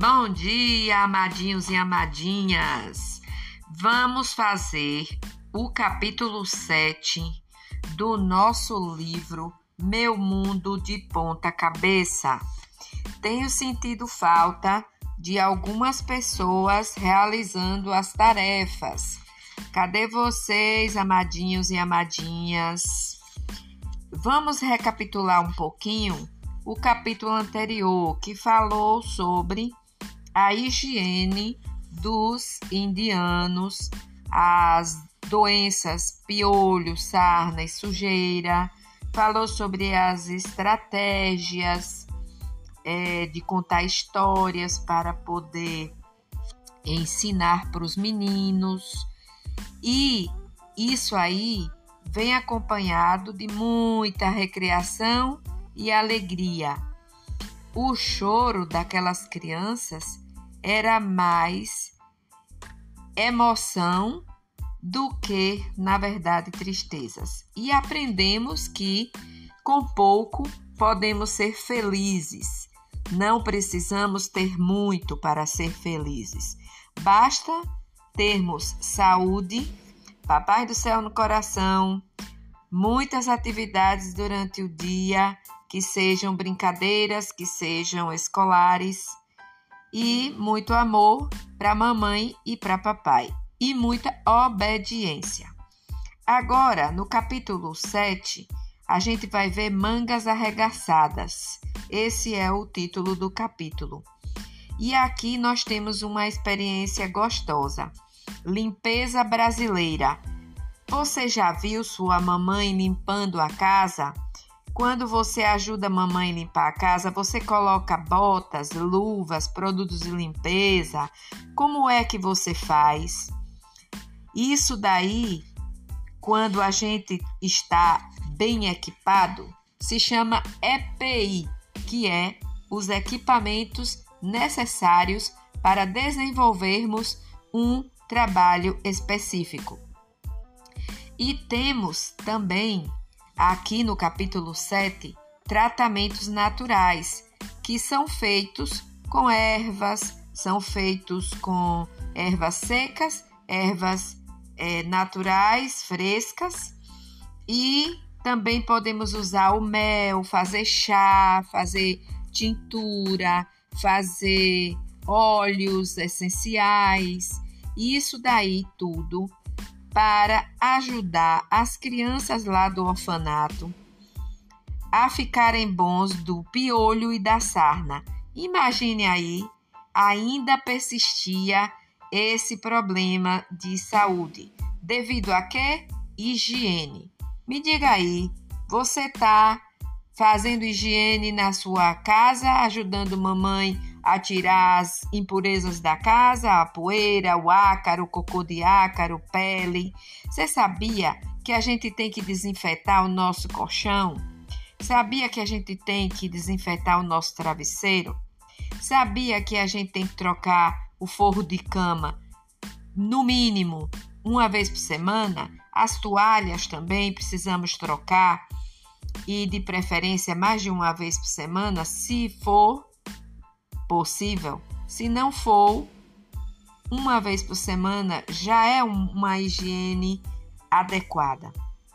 Bom dia, amadinhos e amadinhas! Vamos fazer o capítulo 7 do nosso livro Meu Mundo de Ponta Cabeça. Tenho sentido falta de algumas pessoas realizando as tarefas. Cadê vocês, amadinhos e amadinhas? Vamos recapitular um pouquinho o capítulo anterior, que falou sobre a higiene dos indianos, as doenças, piolho, sarna e sujeira, falou sobre as estratégias de contar histórias para poder ensinar para os meninos, e isso aí vem acompanhado de muita recreação e alegria. O choro daquelas crianças era mais emoção do que, na verdade, tristezas. E aprendemos que com pouco podemos ser felizes. Não precisamos ter muito para ser felizes. Basta termos saúde, Papai do Céu no coração, muitas atividades durante o dia, que sejam brincadeiras, que sejam escolares, e muito amor para mamãe e para papai, e muita obediência. Agora, no capítulo 7, a gente vai ver mangas arregaçadas. Esse é o título do capítulo. E aqui nós temos uma experiência gostosa. Limpeza brasileira. Você já viu sua mamãe limpando a casa? Quando você ajuda a mamãe a limpar a casa, você coloca botas, luvas, produtos de limpeza. Como é que você faz? Isso daí, quando a gente está bem equipado, se chama EPI, que é os equipamentos necessários para desenvolvermos um trabalho específico. E temos também, aqui no capítulo 7, tratamentos naturais, que são feitos com ervas, são feitos com ervas secas, ervas naturais, frescas, e também podemos usar o mel, fazer chá, fazer tintura, fazer óleos essenciais, isso daí tudo para ajudar as crianças lá do orfanato a ficarem bons do piolho e da sarna. Imagine aí, ainda persistia esse problema de saúde. Devido a quê? Higiene. Me diga aí, você está fazendo higiene na sua casa, ajudando mamãe a tirar as impurezas da casa, a poeira, o ácaro, o cocô de ácaro, pele? Você sabia que a gente tem que desinfetar o nosso colchão? Sabia que a gente tem que desinfetar o nosso travesseiro? Sabia que a gente tem que trocar o forro de cama, no mínimo, uma vez por semana? As toalhas também precisamos trocar, e de preferência mais de uma vez por semana, se for possível. Se não for, uma vez por semana já é uma higiene adequada.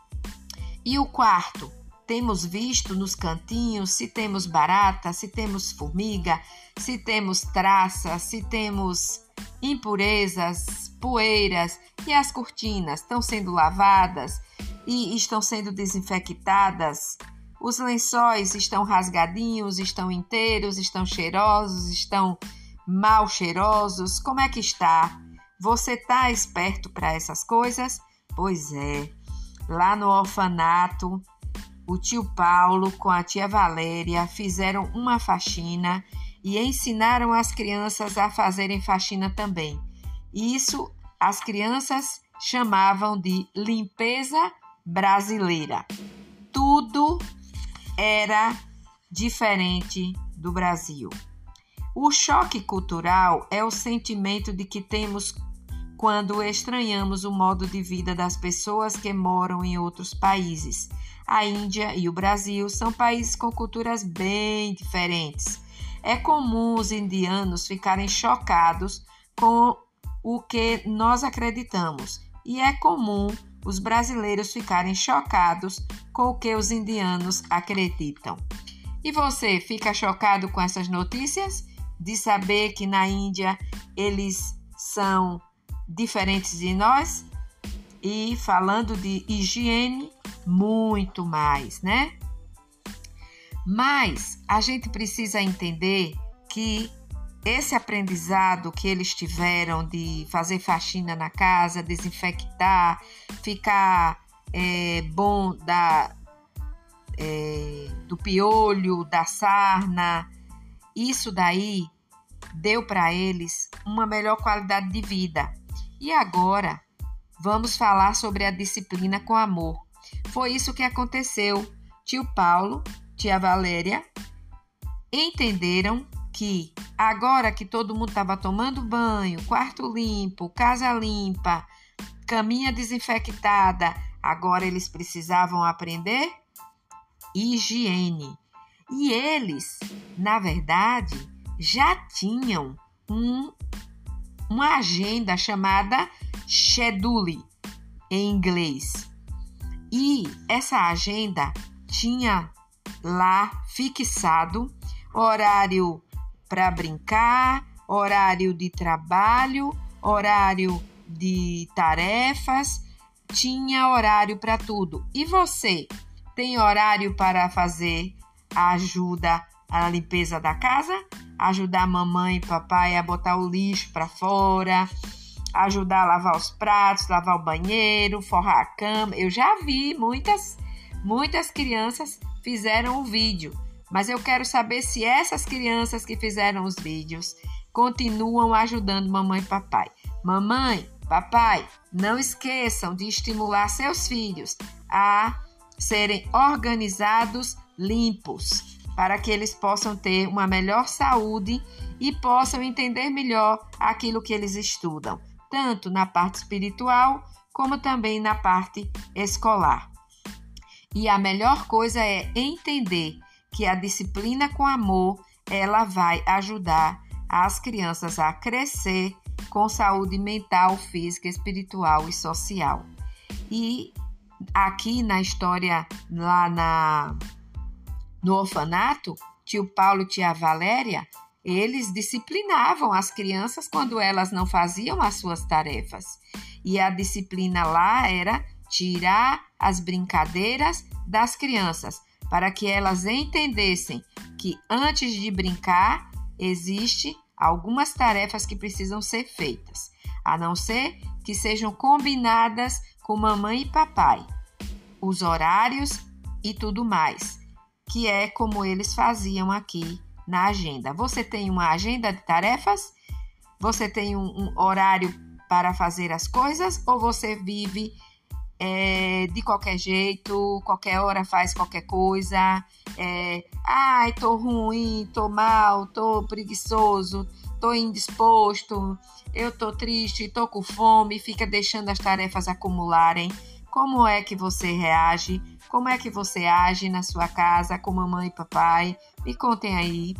E o quarto, temos visto nos cantinhos se temos barata, se temos formiga, se temos traça, se temos impurezas, poeiras, e as cortinas estão sendo lavadas e estão sendo desinfectadas. Os lençóis estão rasgadinhos, estão inteiros, estão cheirosos, estão mal cheirosos. Como é que está? Você está esperto para essas coisas? Pois é, lá no orfanato, o tio Paulo com a tia Valéria fizeram uma faxina e ensinaram as crianças a fazerem faxina também. Isso as crianças chamavam de limpeza brasileira. Tudo era diferente do Brasil. O choque cultural é o sentimento de que temos quando estranhamos o modo de vida das pessoas que moram em outros países. A Índia e o Brasil são países com culturas bem diferentes. É comum os indianos ficarem chocados com o que nós acreditamos e é comum os brasileiros ficarem chocados com o que os indianos acreditam. E você fica chocado com essas notícias? De saber que na Índia eles são diferentes de nós? E falando de higiene, muito mais, né? Mas a gente precisa entender que esse aprendizado que eles tiveram de fazer faxina na casa, desinfectar, ficar bom do piolho, da sarna, isso daí deu para eles uma melhor qualidade de vida. E agora vamos falar sobre a disciplina com amor. Foi isso que aconteceu. Tio Paulo, tia Valéria entenderam que agora que todo mundo estava tomando banho, quarto limpo, casa limpa, caminha desinfectada, agora eles precisavam aprender higiene. E eles, na verdade, já tinham uma agenda chamada schedule em inglês. E essa agenda tinha lá fixado horário para brincar, horário de trabalho, horário de tarefas, tinha horário para tudo. E você tem horário para fazer a ajuda à limpeza da casa? Ajudar a mamãe e papai a botar o lixo para fora, ajudar a lavar os pratos, lavar o banheiro, forrar a cama. Eu já vi muitas crianças fizeram o vídeo, mas eu quero saber se essas crianças que fizeram os vídeos continuam ajudando mamãe e papai. Mamãe, papai, não esqueçam de estimular seus filhos a serem organizados, limpos, para que eles possam ter uma melhor saúde e possam entender melhor aquilo que eles estudam, tanto na parte espiritual como também na parte escolar. E a melhor coisa é entender que a disciplina com amor, ela vai ajudar as crianças a crescer com saúde mental, física, espiritual e social. E aqui na história, lá no orfanato, tio Paulo e tia Valéria, eles disciplinavam as crianças quando elas não faziam as suas tarefas. E a disciplina lá era tirar as brincadeiras das crianças, para que elas entendessem que antes de brincar, existem algumas tarefas que precisam ser feitas, a não ser que sejam combinadas com mamãe e papai, os horários e tudo mais, que é como eles faziam aqui na agenda. Você tem uma agenda de tarefas? Você tem um horário para fazer as coisas ou você vive de qualquer jeito, qualquer hora faz qualquer coisa, tô ruim, tô mal, tô preguiçoso, tô indisposto, eu tô triste, tô com fome, fica deixando as tarefas acumularem? Como é que você reage? Como é que você age na sua casa com mamãe e papai? Me contem aí.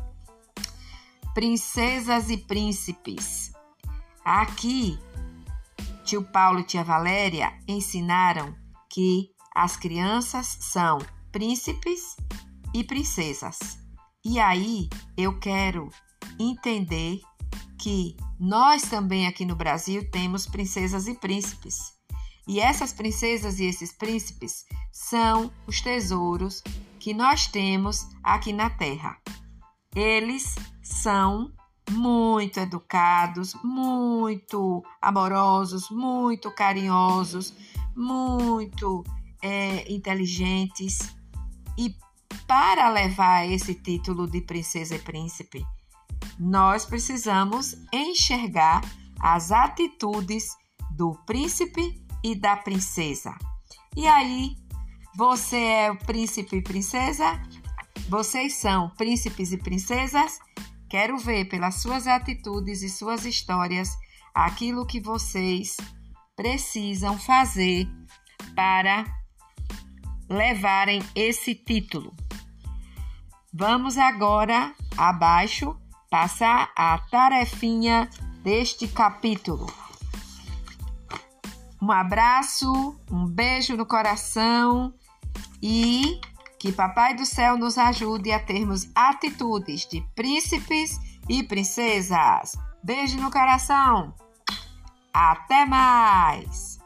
Princesas e príncipes. Aqui, tio Paulo e tia Valéria ensinaram que as crianças são príncipes e princesas. E aí eu quero entender que nós também aqui no Brasil temos princesas e príncipes. E essas princesas e esses príncipes são os tesouros que nós temos aqui na Terra. Eles são muito educados, muito amorosos, muito carinhosos, muito inteligentes. E para levar esse título de princesa e príncipe, nós precisamos enxergar as atitudes do príncipe e da princesa. E aí, você é o príncipe e princesa? Vocês são príncipes e princesas? Quero ver pelas suas atitudes e suas histórias aquilo que vocês precisam fazer para levarem esse título. Vamos agora abaixo passa a tarefinha deste capítulo. Um abraço, um beijo no coração e que Papai do Céu nos ajude a termos atitudes de príncipes e princesas. Beijo no coração. Até mais!